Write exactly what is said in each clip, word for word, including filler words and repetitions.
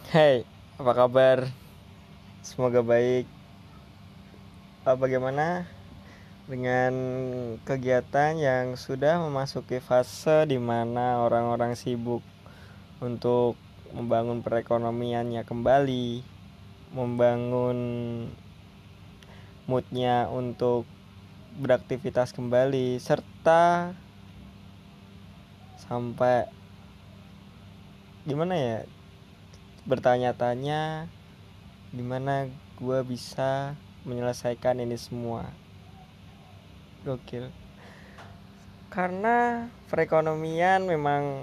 Hai, apa kabar? Semoga baik. Eh, Bagaimana dengan kegiatan yang sudah memasuki fase di mana orang-orang sibuk untuk membangun perekonomiannya kembali, membangun moodnya untuk beraktivitas kembali, serta sampai gimana ya, bertanya-tanya gimana gue bisa menyelesaikan ini semua. Gokil. Karena perekonomian memang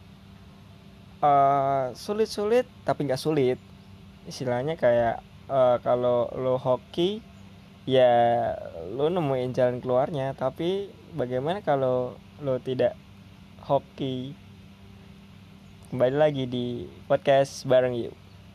eh, sulit-sulit tapi nggak sulit. Istilahnya kayak eh, kalau lo hoki ya lo nemuin jalan keluarnya. Tapi bagaimana kalau lo tidak hoki? Kembali lagi di podcast bareng yuk.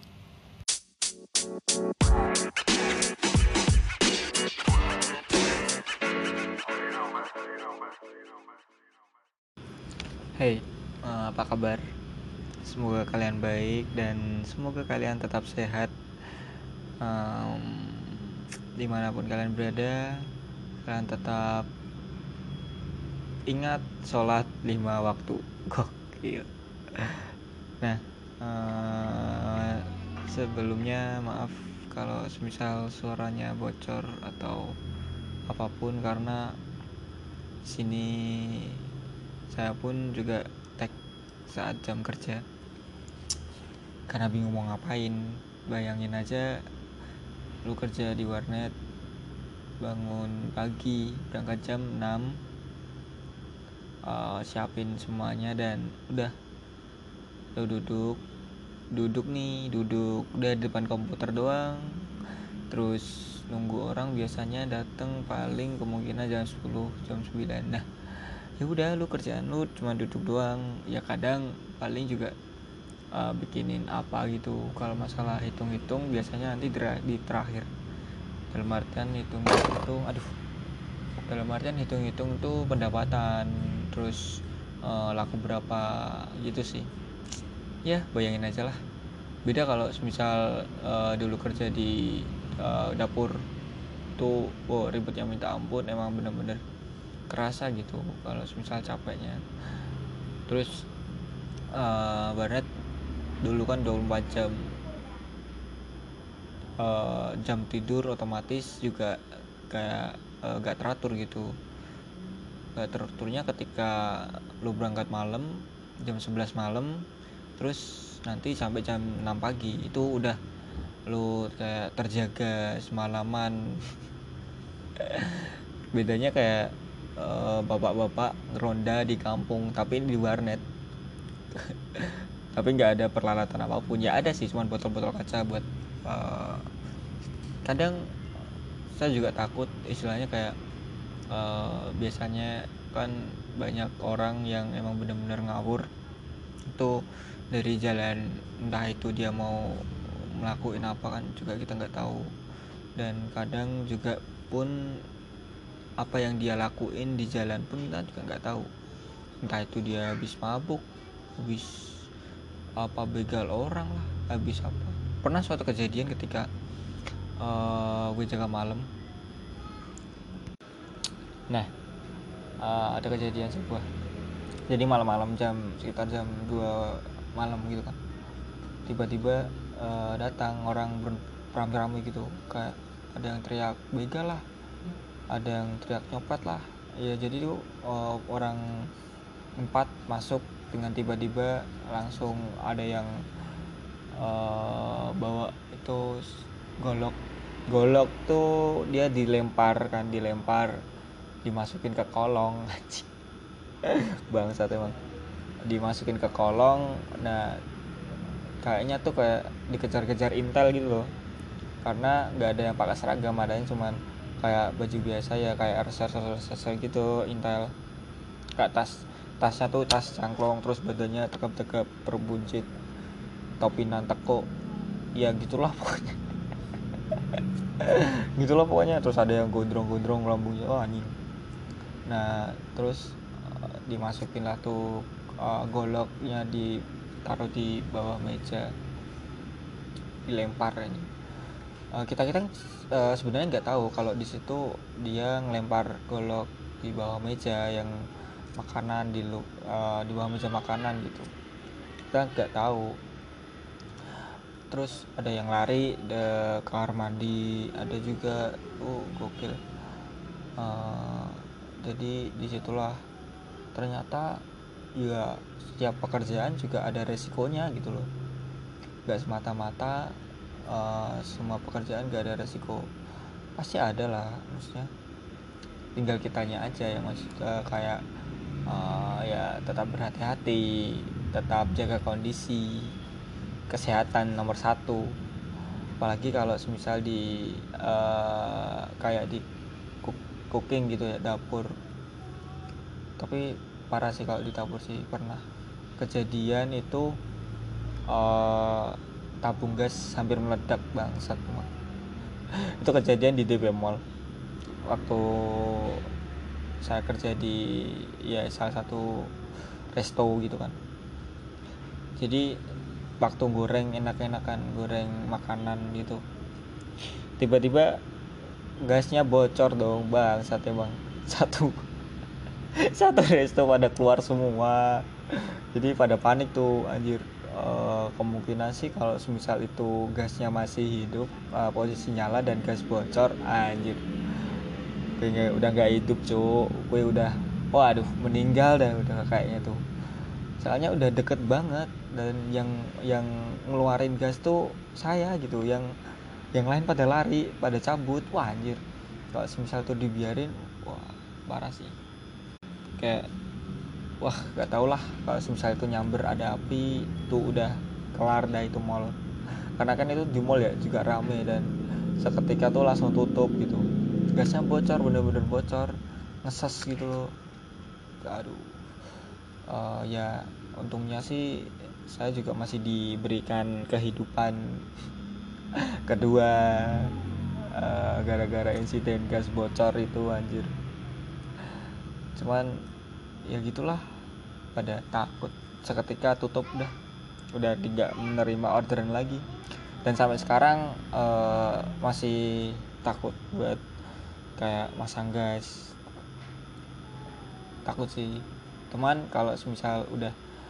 Hey, eh, apa kabar? Semoga kalian baik dan semoga kalian tetap sehat. Em, Dimanapun kalian berada, kalian tetap ingat sholat lima waktu. Gokil. Nah, eh, sebelumnya maaf kalau semisal suaranya bocor atau apapun, karena sini saya pun juga tag saat jam kerja karena bingung mau ngapain. Bayangin aja lu kerja di warnet, bangun pagi berangkat jam enam, uh, siapin semuanya dan udah lu duduk duduk nih duduk udah di depan komputer doang, terus nunggu orang biasanya datang paling kemungkinan jam sepuluh jam sembilan. Nah ya udah, lu kerjaan lu cuma duduk doang. Ya kadang paling juga uh, bikinin apa gitu. Kalau masalah hitung-hitung biasanya nanti di terakhir, dalam artian hitung-hitung aduh dalam artian hitung-hitung tuh pendapatan, terus uh, laku berapa gitu sih. Ya bayangin aja lah. Beda kalau misal uh, dulu kerja di uh, dapur tuh, wow, ribetnya minta ampun, emang bener-bener kerasa gitu kalau misal capeknya. Terus uh, Barnet dulu kan dua puluh empat jam, uh, jam tidur otomatis juga kayak uh, gak teratur gitu. Gak teraturnya ketika lu berangkat malam jam sebelas malam, terus nanti sampai jam enam pagi itu udah lu kayak terjaga semalaman. Bedanya kayak uh, bapak-bapak ronda di kampung tapi di warnet. Tapi nggak ada peralatan apapun. Ya ada sih, cuman botol-botol kaca buat uh, kadang saya juga takut istilahnya kayak uh, biasanya kan banyak orang yang emang benar-benar ngawur itu dari jalan, entah itu dia mau melakuin apa kan juga kita nggak tahu. Dan kadang juga pun apa yang dia lakuin di jalan pun kita juga nggak tahu, entah itu dia habis mabuk, habis apa begal orang lah, habis apa. Pernah suatu kejadian ketika uh, gue jaga malam. Nah uh, ada kejadian sebuah, jadi malam-malam jam sekitar jam dua malam gitu kan, tiba-tiba uh, datang orang beramai-ramai gitu, kayak ada yang teriak begal lah, ada yang teriak nyopet lah. Ya jadi tuh uh, orang empat masuk dengan tiba-tiba, langsung ada yang uh, bawa itu golok. Golok tuh dia dilempar kan, dilempar dimasukin ke kolong. Bangsat emang, dimasukin ke kolong. Nah kayaknya tuh kayak dikejar-kejar intel gitu loh, karena nggak ada yang pakai seragam, adanya cuman kayak baju biasa ya, kayak reser-reser gitu intel. Kayak tas tasnya tuh tas cangklong, terus badannya tegap-tegap berbuncit, topinan teko, ya gitulah pokoknya. Gitulah pokoknya. Terus ada yang gondrong-gondrong lambungnya, oh anjing. Nah terus uh, dimasukin lah tuh uh, goloknya, ditaruh di bawah meja. dilempar ini. Uh, kita kita uh, sebenarnya nggak tahu kalau di situ dia ngelempar golok di bawah meja yang makanan, di uh, di bawah meja makanan gitu. Kita nggak tahu. Terus ada yang lari ke kamar mandi, ada juga uh gokil. Uh, jadi disitulah ternyata ya setiap pekerjaan juga ada resikonya gitu loh. Gak semata-mata uh, semua pekerjaan gak ada resiko, pasti ada lah, maksudnya tinggal kitanya aja yang maksudnya kayak uh, ya tetap berhati-hati, tetap jaga kondisi kesehatan nomor satu. Apalagi kalau semisal di uh, kayak di cooking gitu ya, dapur. Tapi parah sih kalau di dapur sih, pernah kejadian itu uh, tabung gas hampir meledak, bangsat emang. Itu kejadian di D P Mall waktu saya kerja di ya salah satu resto gitu kan. Jadi waktu goreng enak-enakan, goreng makanan gitu, tiba-tiba gasnya bocor dong, bangsat ya bang. Satu satu resto pada keluar semua. Jadi pada panik tuh anjir. Uh, kemungkinan sih kalau semisal itu gasnya masih hidup, uh, posisi nyala dan gas bocor, anjir kayaknya udah nggak hidup cuk, gue udah waduh meninggal dah udah kayaknya tuh. Soalnya udah deket banget, dan yang yang ngeluarin gas tuh saya gitu, yang yang lain pada lari, pada cabut. Wah anjir, kalau semisal tuh dibiarin, wah parah sih. Kayak wah gak tau lah, kalau misalnya itu nyamber ada api tuh udah kelar dah itu mall. Karena kan itu di mall ya juga rame, dan seketika tuh langsung tutup gitu. Gasnya bocor, bener-bener bocor, ngeses gitu loh. Aduh. Uh, ya untungnya sih saya juga masih diberikan kehidupan kedua uh, gara-gara insiden gas bocor itu anjir. Cuman ya gitulah, pada takut, seketika tutup dah, udah tidak menerima orderan lagi. Dan sampai sekarang uh, masih takut buat kayak masang gas, takut sih. Teman kalau semisal udah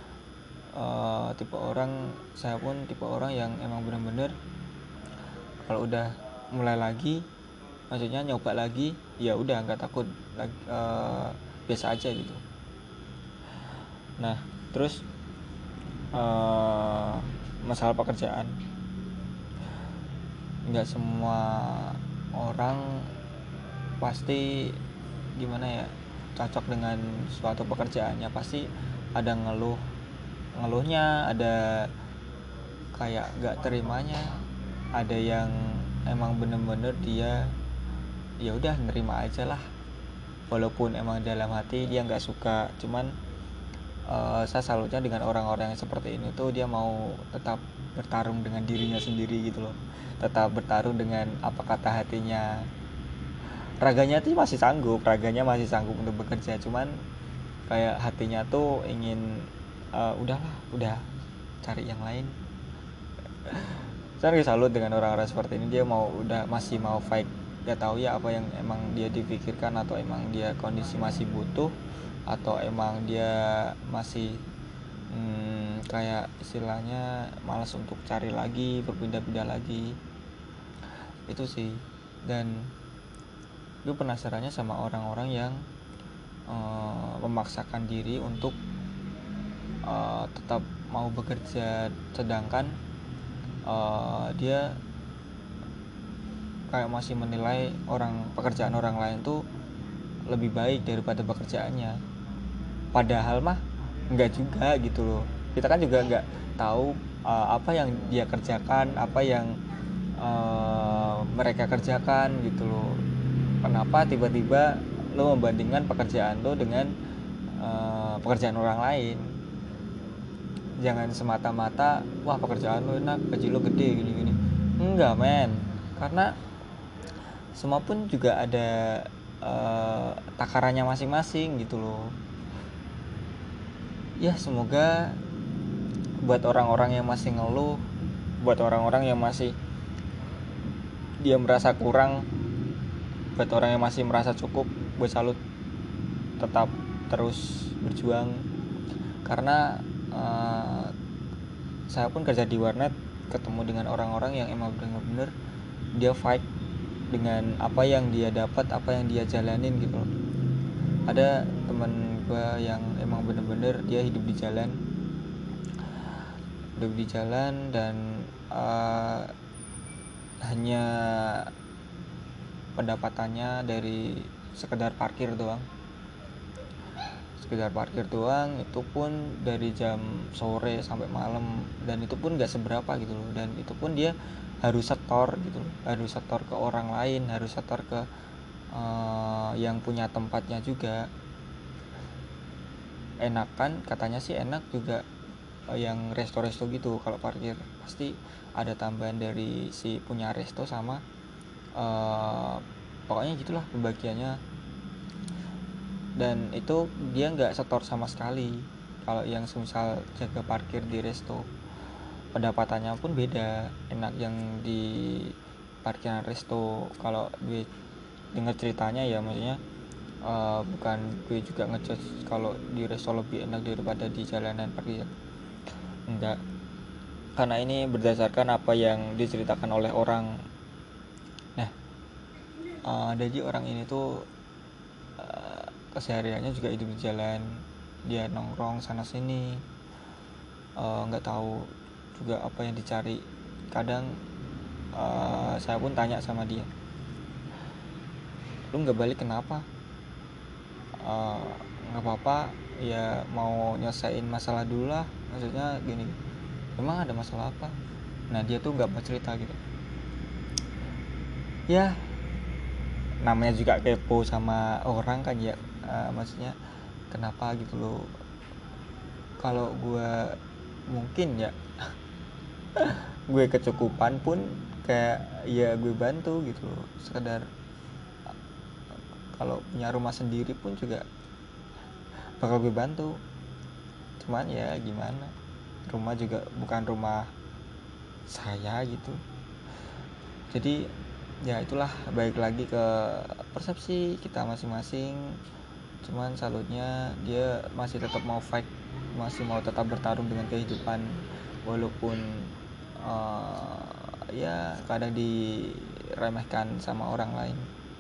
uh, tipe orang, saya pun tipe orang yang emang bener-bener kalau udah mulai lagi, maksudnya nyoba lagi, ya udah nggak takut lagi, uh, biasa aja gitu. Nah terus uh, masalah pekerjaan, nggak semua orang pasti gimana ya cocok dengan suatu pekerjaannya. Pasti ada ngeluh ngeluhnya, ada kayak nggak terimanya, ada yang emang bener-bener dia ya udah nerima aja lah, walaupun emang dalam hati dia nggak suka. Cuman uh, saya salutnya dengan orang-orang yang seperti ini tuh, dia mau tetap bertarung dengan dirinya sendiri gitu loh, tetap bertarung dengan apa kata hatinya. Raganya tuh masih sanggup, raganya masih sanggup untuk bekerja, cuman kayak hatinya tuh ingin uh, udahlah, udah cari yang lain. Saya salut dengan orang-orang seperti ini, dia mau udah masih mau fight. Gak tahu ya apa yang emang dia dipikirkan, atau emang dia kondisi masih butuh, atau emang dia masih hmm, kayak istilahnya malas untuk cari lagi, berpindah-pindah lagi. Itu sih. Dan gue penasarannya sama orang-orang yang uh, memaksakan diri untuk uh, tetap mau bekerja, sedangkan uh, dia kayak masih menilai orang pekerjaan orang lain tuh lebih baik daripada pekerjaannya. Padahal mah enggak juga gitu loh. Kita kan juga enggak tahu uh, apa yang dia kerjakan, apa yang uh, mereka kerjakan gitu loh. Kenapa tiba-tiba lo membandingkan pekerjaan lo dengan uh, pekerjaan orang lain? Jangan semata-mata wah pekerjaan lo enak, gaji lo gede gini-gini. Enggak men, karena semua pun juga ada uh, takarannya masing-masing gitu loh. Ya semoga buat orang-orang yang masih ngeluh, buat orang-orang yang masih dia merasa kurang, buat orang yang masih merasa cukup, gue salut, tetap terus berjuang. Karena uh, saya pun kerja di warnet, ketemu dengan orang-orang yang emang bener-bener dia fight dengan apa yang dia dapat, apa yang dia jalanin gitu loh. Ada teman gue yang emang bener-bener dia hidup di jalan, hidup di jalan dan uh, hanya pendapatannya dari sekedar parkir doang. Sekedar parkir doang, itu pun dari jam sore sampai malam, dan itu pun gak seberapa gitu loh. Dan itu pun dia harus setor gitu loh, harus setor ke orang lain, harus setor ke uh, yang punya tempatnya juga. Enak kan, katanya sih enak juga uh, yang resto-resto gitu. Kalau parkir pasti ada tambahan dari si punya resto sama uh, pokoknya gitulah pembagiannya. Dan itu dia nggak setor sama sekali. Kalau yang semisal jaga parkir di resto, pendapatannya pun beda. Enak yang di parkiran resto. Kalau gue dengar ceritanya ya, maksudnya uh, bukan gue juga ngejudge kalau di resto lebih enak daripada di jalanan parkir, enggak. Karena ini berdasarkan apa yang diceritakan oleh orang. Nah, uh, jadi orang ini tuh uh, kesehariannya juga hidup di jalan, dia nongkrong sana sini, nggak uh, tahu juga apa yang dicari. Kadang uh, saya pun tanya sama dia, lu nggak balik kenapa? Nggak uh, apa-apa ya, mau nyelesain masalah dulu lah, maksudnya gini, emang ada masalah apa? Nah dia tuh nggak mau cerita gitu. Ya namanya juga kepo sama orang kan ya, uh, maksudnya kenapa gitu loh. Kalau gue mungkin ya gue kecukupan pun kayak ya gue bantu gitu loh. Sekedar kalau punya rumah sendiri pun juga bakal gue bantu. Cuman ya gimana, rumah juga bukan rumah saya gitu. Jadi ya itulah, balik lagi ke persepsi kita masing-masing. Cuman salutnya dia masih tetap mau fight, masih mau tetap bertarung dengan kehidupan, walaupun uh, ya kadang diremehkan sama orang lain.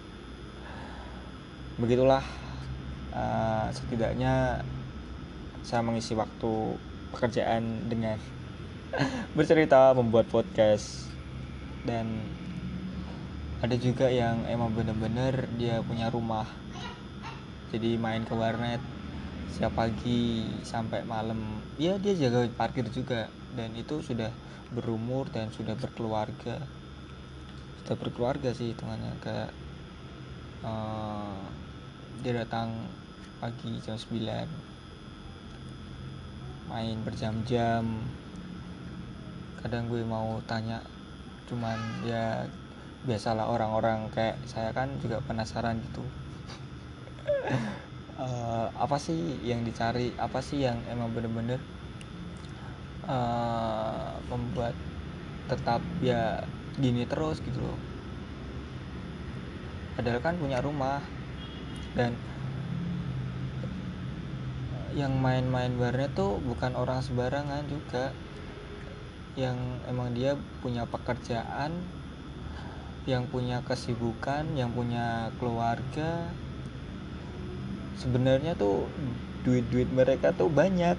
Begitulah, uh, setidaknya saya mengisi waktu pekerjaan dengan bercerita, membuat podcast. Dan ada juga yang emang bener-bener dia punya rumah, jadi main ke warnet siap pagi sampai malam. Ya dia jaga parkir juga, dan itu sudah berumur dan sudah berkeluarga. Sudah berkeluarga sih hitungannya, kayak uh, dia datang pagi jam sembilan, main berjam-jam. Kadang gue mau tanya, cuman ya biasalah orang-orang kayak saya kan juga penasaran gitu. uh, apa sih yang dicari, apa sih yang emang bener-bener uh, membuat tetap ya gini terus gitu loh. Padahal kan punya rumah. Dan yang main-main warnet tuh bukan orang sembarangan juga, yang emang dia punya pekerjaan, yang punya kesibukan, yang punya keluarga. Sebenarnya tuh duit-duit mereka tuh banyak,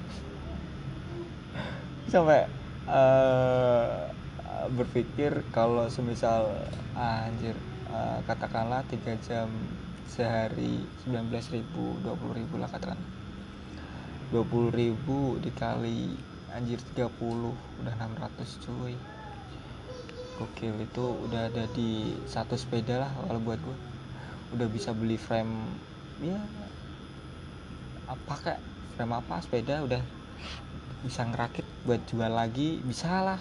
sampai uh, berpikir kalau semisal ah, anjir uh, katakanlah tiga jam sehari sembilan belas ribu, dua puluh ribu lah katakan, dua puluh ribu dikali anjir tiga puluh udah enam ratus cuy. Gokil, itu udah ada di satu sepeda lah kalau buat gue. Udah bisa beli frame, ya apa kayak frame apa sepeda, udah bisa ngerakit buat jual lagi, bisa lah.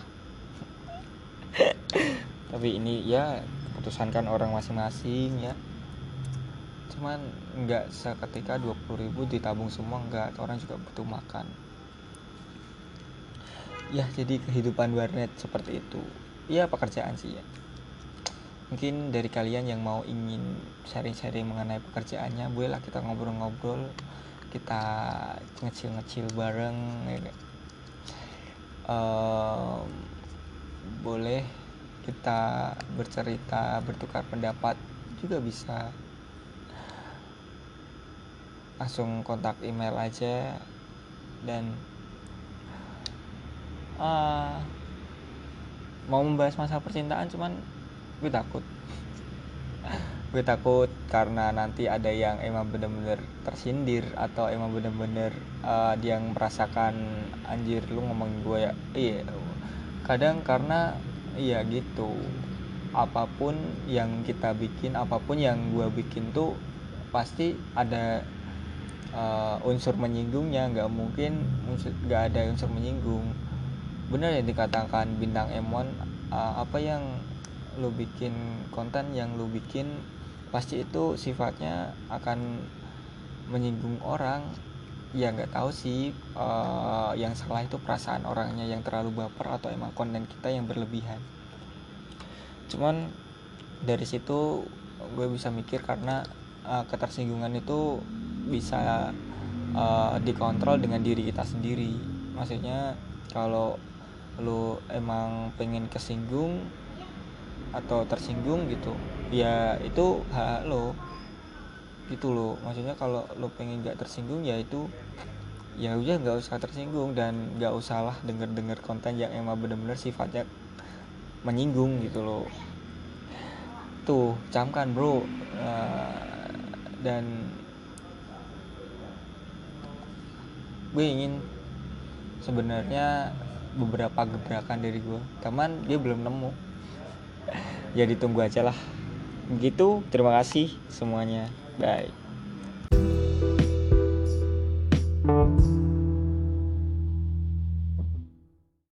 Tapi ini ya keputusan kan orang masing-masing ya. Cuman nggak seketika dua puluh ribu ditabung semua, nggak. Orang juga butuh makan. ya jadi kehidupan warnet seperti itu. Ya pekerjaan sih ya. Mungkin dari kalian yang mau ingin sharing-sharing mengenai pekerjaannya, bolehlah kita ngobrol-ngobrol, kita ngecil-ngecil bareng ya. Um, boleh kita bercerita, bertukar pendapat juga bisa. Langsung kontak email aja. Dan uh, mau membahas masalah percintaan, cuman gue takut gue takut karena nanti ada yang emang bener-bener tersindir atau emang bener-bener uh, dia yang merasakan anjir lu ngomongin gue ya. Iya, kadang karena iya gitu, apapun yang kita bikin, apapun yang gue bikin tuh pasti ada uh, unsur menyinggungnya. Nggak mungkin nggak ada unsur menyinggung. Benar yang dikatakan bintang Emon, uh, apa yang lu bikin, konten yang lu bikin pasti itu sifatnya akan menyinggung orang. Ya nggak tahu sih, uh, yang salah itu perasaan orangnya yang terlalu baper atau emang konten kita yang berlebihan. Cuman dari situ gue bisa mikir karena uh, ketersinggungan itu bisa uh, dikontrol dengan diri kita sendiri. Maksudnya kalau lu emang pengen kesinggung atau tersinggung gitu, ya itu hak lo gitu loh. Maksudnya kalau lo pengen gak tersinggung ya itu ya udah gak usah tersinggung, dan gak usah lah denger-denger konten yang emang bener-bener sifatnya menyinggung gitu loh. Tuh camkan bro. Uh, dan gue ingin sebenarnya beberapa gebrakan dari gue, teman dia belum nemu. Ya ditunggu aja lah. Begitu, terima kasih semuanya. Bye.